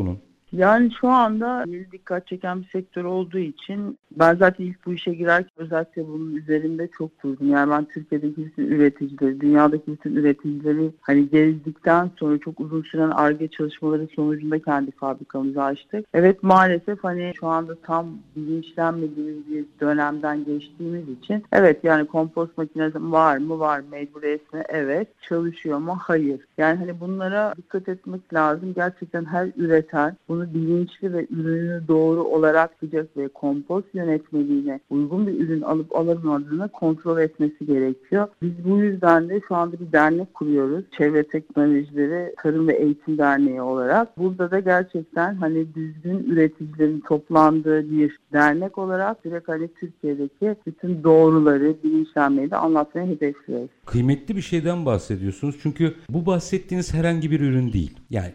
Yani şu anda dikkat çeken bir sektör olduğu için ben zaten ilk bu işe girerken özellikle bunun üzerinde çok durdum. Yani ben Türkiye'deki bütün üreticileri, dünyadaki bütün üreticileri hani gezdikten sonra çok uzun süren Ar-Ge çalışmaları sonucunda kendi fabrikamızı açtık. Evet, maalesef hani şu anda tam bilinçlenmediğimiz bir dönemden geçtiğimiz için evet, yani kompost makinesi var mı? Var. Mecburiyetine evet. Çalışıyor mu? Hayır. Yani hani bunlara dikkat etmek lazım. Gerçekten her üreten bunu bilinçli ve ürünü doğru olarak sıcak ve kompost yönetmeliğine uygun bir ürün alıp alamadığını kontrol etmesi gerekiyor. Biz bu yüzden de şu anda bir dernek kuruyoruz. Çevre Teknolojileri Tarım ve Eğitim Derneği olarak. Burada da gerçekten hani düzgün üreticilerin toplandığı bir dernek olarak direkt hani Türkiye'deki bütün doğruları, bilinçlenmeyi de anlatmayı hedefliyoruz.
Kıymetli bir şeyden bahsediyorsunuz. Çünkü bu bahsettiğiniz herhangi bir ürün değil. Yani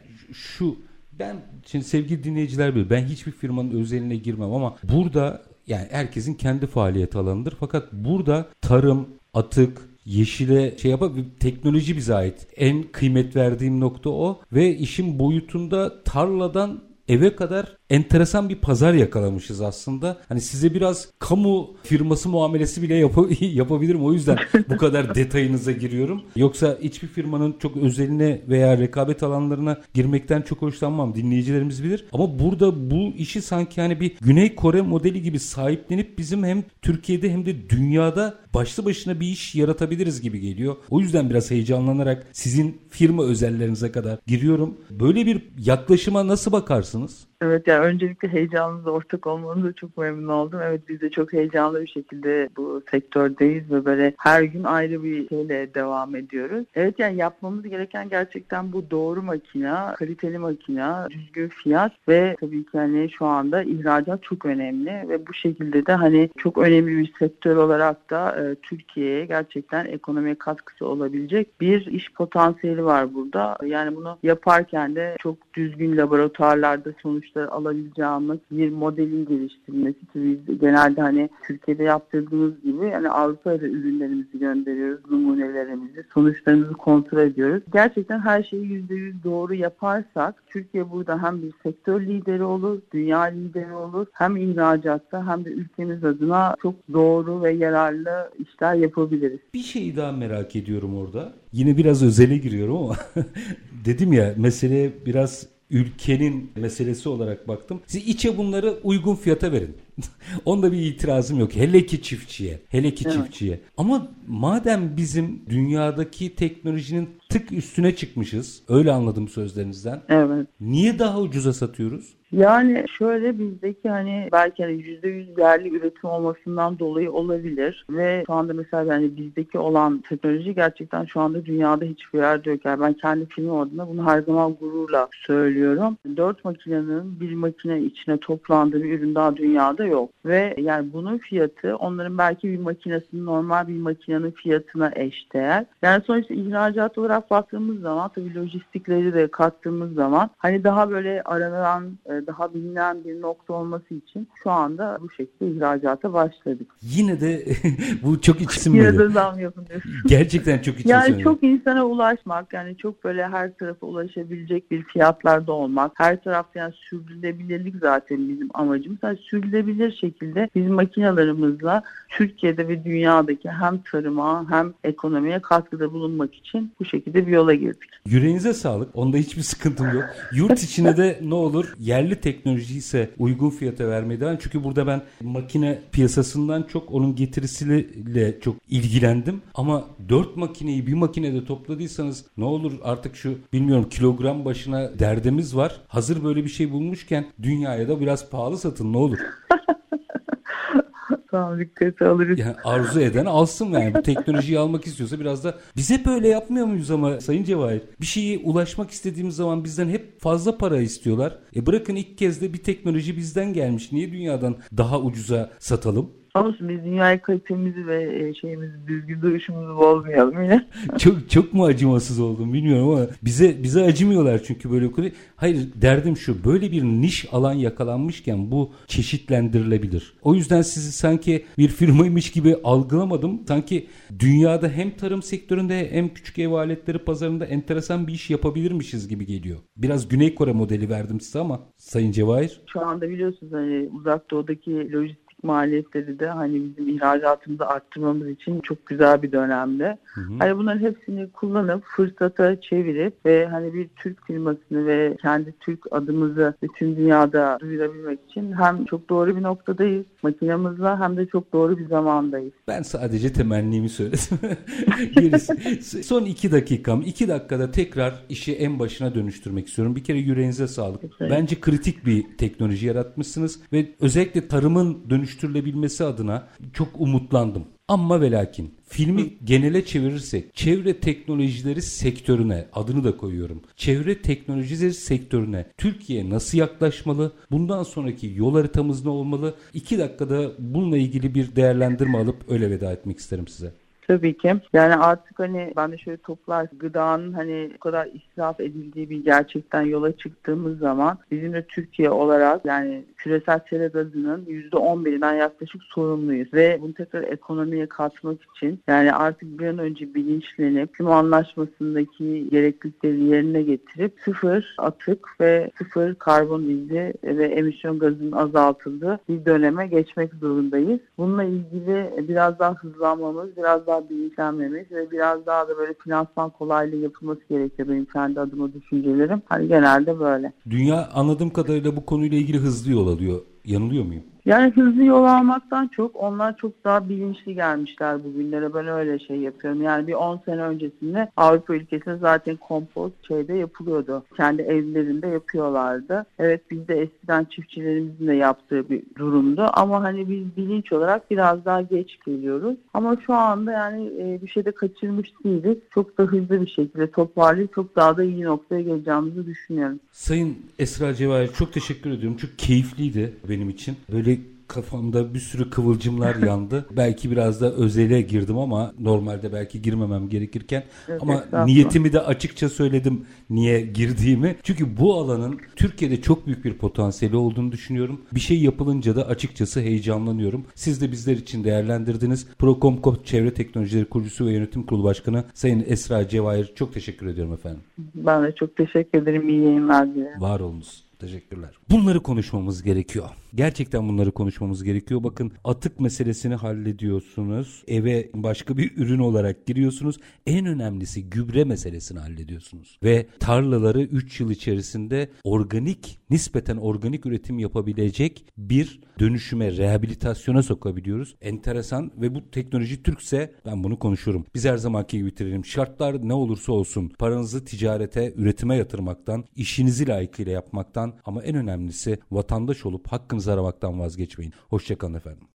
ben şimdi sevgili dinleyiciler bilir, ben hiçbir firmanın özeline girmem ama burada yani herkesin kendi faaliyet alanıdır. Fakat burada tarım, atık, yeşile teknoloji bize ait. En kıymet verdiğim nokta o ve işin boyutunda tarladan eve kadar enteresan bir pazar yakalamışız aslında. Hani size biraz kamu firması muamelesi bile yapabilirim. O yüzden bu kadar detayınıza giriyorum. Yoksa hiçbir firmanın çok özeline veya rekabet alanlarına girmekten çok hoşlanmam. Dinleyicilerimiz bilir. Ama burada bu işi sanki hani bir Güney Kore modeli gibi sahiplenip bizim hem Türkiye'de hem de dünyada başlı başına bir iş yaratabiliriz gibi geliyor. O yüzden biraz heyecanlanarak sizin firma özellerinize kadar giriyorum. Böyle bir yaklaşıma nasıl bakarsınız?
Evet, yani öncelikle heyecanınızla ortak olmanıza çok memnun oldum. Evet, biz de çok heyecanlı bir şekilde bu sektördeyiz ve böyle her gün ayrı bir şeyle devam ediyoruz. Evet, yani yapmamız gereken gerçekten bu doğru makina, kaliteli makina, düzgün fiyat ve tabii ki hani şu anda ihracat çok önemli ve bu şekilde de hani çok önemli bir sektör olarak da Türkiye'ye gerçekten ekonomiye katkısı olabilecek bir iş potansiyeli var burada. Yani bunu yaparken de çok düzgün laboratuvarlarda sonuçlar alabileceğimiz bir modelin geliştirilmesi ki biz genelde hani Türkiye'de yaptırdığımız gibi yani Avrupa'ya da ürünlerimizi gönderiyoruz, numunelerimizi, sonuçlarımızı kontrol ediyoruz. Gerçekten her şeyi %100 doğru yaparsak Türkiye burada hem bir sektör lideri olur, dünya lideri olur, hem ihracatta hem de ülkemiz adına çok doğru ve yararlı işler yapabiliriz.
Bir şeyi daha merak ediyorum orada. Yine biraz özele giriyorum ama dedim ya, meseleye biraz ülkenin meselesi olarak baktım. Siz içe bunları uygun fiyata verin. Onda bir itirazım yok. Hele ki çiftçiye. Çiftçiye. Ama madem bizim dünyadaki teknolojinin tık üstüne çıkmışız. Öyle anladım sözlerinizden.
Evet.
Niye daha ucuza satıyoruz?
Yani şöyle, bizdeki hani belki hani %100 yerli üretim olmasından dolayı olabilir ve şu anda mesela hani bizdeki olan teknoloji gerçekten şu anda dünyada hiçbir yerde yok. Yani ben kendi firmam adına bunu her zaman gururla söylüyorum. 4 makinenin bir makine içine toplandığı bir ürün daha dünyada yok ve yani bunun fiyatı onların belki bir makinesinin normal bir makinenin fiyatına eşdeğer. Yani sonuçta ihracat olarak baktığımız zaman tabii lojistikleri de kattığımız zaman hani daha böyle aranan, daha bilinen bir nokta olması için şu anda bu şekilde ihracata başladık.
Yine de bu çok içsim
Yine de zam yapın diyorsun.
Gerçekten çok içsim
yani çok insana ulaşmak, yani çok böyle her tarafa ulaşabilecek bir fiyatlarda olmak, her tarafta yani sürdürülebilirlik zaten bizim amacımız. Yani sürdürülebilir şekilde biz makinalarımızla Türkiye'de ve dünyadaki hem tarıma hem ekonomiye katkıda bulunmak için bu şekilde bir yola girdik.
Yüreğinize sağlık. Onda hiçbir sıkıntım yok. Yurt içine de ne olur yerli teknoloji ise uygun fiyata vermeye devam. Çünkü burada ben makine piyasasından çok onun getirisiyle çok ilgilendim. Ama 4 makineyi bir makinede topladıysanız ne olur artık şu bilmiyorum kilogram başına derdimiz var. Hazır böyle bir şey bulmuşken dünyaya da biraz pahalı satın ne olur.
Tamam, dikkate alırız.
Yani arzu eden alsın yani. Bu teknolojiyi almak istiyorsa biraz da biz hep öyle yapmıyor muyuz ama Sayın Cevahir? Bir şeye ulaşmak istediğimiz zaman bizden hep fazla para istiyorlar. Bırakın ilk kez de bir teknoloji bizden gelmiş. Niye dünyadan daha ucuza satalım?
Olsun, biz dünyaya kalitemizi ve düzgün duruşumuzu bozmayalım yine.
Çok mu acımasız oldum bilmiyorum ama bize acımıyorlar çünkü böyle konu. Hayır, derdim şu, böyle bir niş alan yakalanmışken bu çeşitlendirilebilir. O yüzden sizi sanki bir firmaymış gibi algılamadım. Sanki dünyada hem tarım sektöründe hem küçük ev aletleri pazarında enteresan bir iş yapabilirmişiz gibi geliyor. Biraz Güney Kore modeli verdim size ama Sayın Cevahir.
Şu anda biliyorsunuz Uzak Doğu'daki lojistik maliyetleri de bizim ihracatımızı arttırmamız için çok güzel bir dönemde. Bunların hepsini kullanıp fırsata çevirip ve bir Türk firmasını ve kendi Türk adımızı bütün dünyada duyurabilmek için hem çok doğru bir noktadayız makinamızla hem de çok doğru bir zamandayız.
Ben sadece temennimi söyledim. Gerisi. Son 2 dakikam. 2 dakikada tekrar işi en başına dönüştürmek istiyorum. Bir kere yüreğinize sağlık. Bence kritik bir teknoloji yaratmışsınız ve özellikle tarımın dönüştürülebilmesi adına çok umutlandım. Ama ve lakin filmi genele çevirirsek çevre teknolojileri sektörüne, adını da koyuyorum, çevre teknolojileri sektörüne Türkiye nasıl yaklaşmalı? Bundan sonraki yol haritamız ne olmalı? 2 dakikada bununla ilgili bir değerlendirme alıp öyle veda etmek isterim size.
Tabii ki. Artık ben de şöyle gıdanın bu kadar israf edildiği bir gerçekten yola çıktığımız zaman bizim de Türkiye olarak küresel sera gazının %11'inden yaklaşık sorumluyuz ve bunu tekrar ekonomiye katmak için artık bir an önce bilinçlenip Klima Anlaşması'ndaki gereklilikleri yerine getirip sıfır atık ve sıfır karbon izi ve emisyon gazının azaltıldığı bir döneme geçmek zorundayız. Bununla ilgili biraz daha hızlanmamız, biraz daha bilinçlenmemiz ve biraz daha da böyle finansman kolaylığı yapılması gerekiyor benim kendi adıma düşüncelerim. Genelde böyle.
Dünya anladığım kadarıyla bu konuyla ilgili hızlı yol alıyor. Yanılıyor muyum?
Hızlı yol almaktan çok onlar çok daha bilinçli gelmişler bugünlere. Ben öyle yapıyorum. Bir 10 sene öncesinde Avrupa ülkesinde zaten kompost yapılıyordu. Kendi evlerinde yapıyorlardı. Evet, bizde eskiden çiftçilerimizin de yaptığı bir durumdu. Ama biz bilinç olarak biraz daha geç geliyoruz. Ama şu anda bir şeyde kaçırmış değiliz. Çok da hızlı bir şekilde toparlayıp çok daha da iyi noktaya geleceğimizi düşünüyorum.
Sayın Esra Cevahir, çok teşekkür ediyorum. Çok keyifliydi benim için. Böyle kafamda bir sürü kıvılcımlar yandı. Belki biraz da özele girdim ama normalde belki girmemem gerekirken. Evet, ama niyetimi de açıkça söyledim niye girdiğimi. Çünkü bu alanın Türkiye'de çok büyük bir potansiyeli olduğunu düşünüyorum. Bir şey yapılınca da açıkçası heyecanlanıyorum. Siz de bizler için değerlendirdiniz. Procomco Çevre Teknolojileri Kurucusu ve Yönetim Kurulu Başkanı Sayın Esra Cevahir, çok teşekkür ediyorum efendim.
Ben de çok teşekkür ederim. İyi yayınlar dilerim.
Var olunuz. Teşekkürler. Bunları konuşmamız gerekiyor. Gerçekten bunları konuşmamız gerekiyor. Bakın, atık meselesini hallediyorsunuz. Eve başka bir ürün olarak giriyorsunuz. En önemlisi gübre meselesini hallediyorsunuz. Ve tarlaları 3 yıl içerisinde nispeten organik üretim yapabilecek bir dönüşüme, rehabilitasyona sokabiliyoruz. Enteresan ve bu teknoloji Türkse ben bunu konuşurum. Biz her zamanki gibi bitirelim. Şartlar ne olursa olsun paranızı ticarete, üretime yatırmaktan, işinizi layıkıyla yapmaktan ama en önemlisi vatandaş olup hakkınızı aramaktan vazgeçmeyin. Hoşça kalın efendim.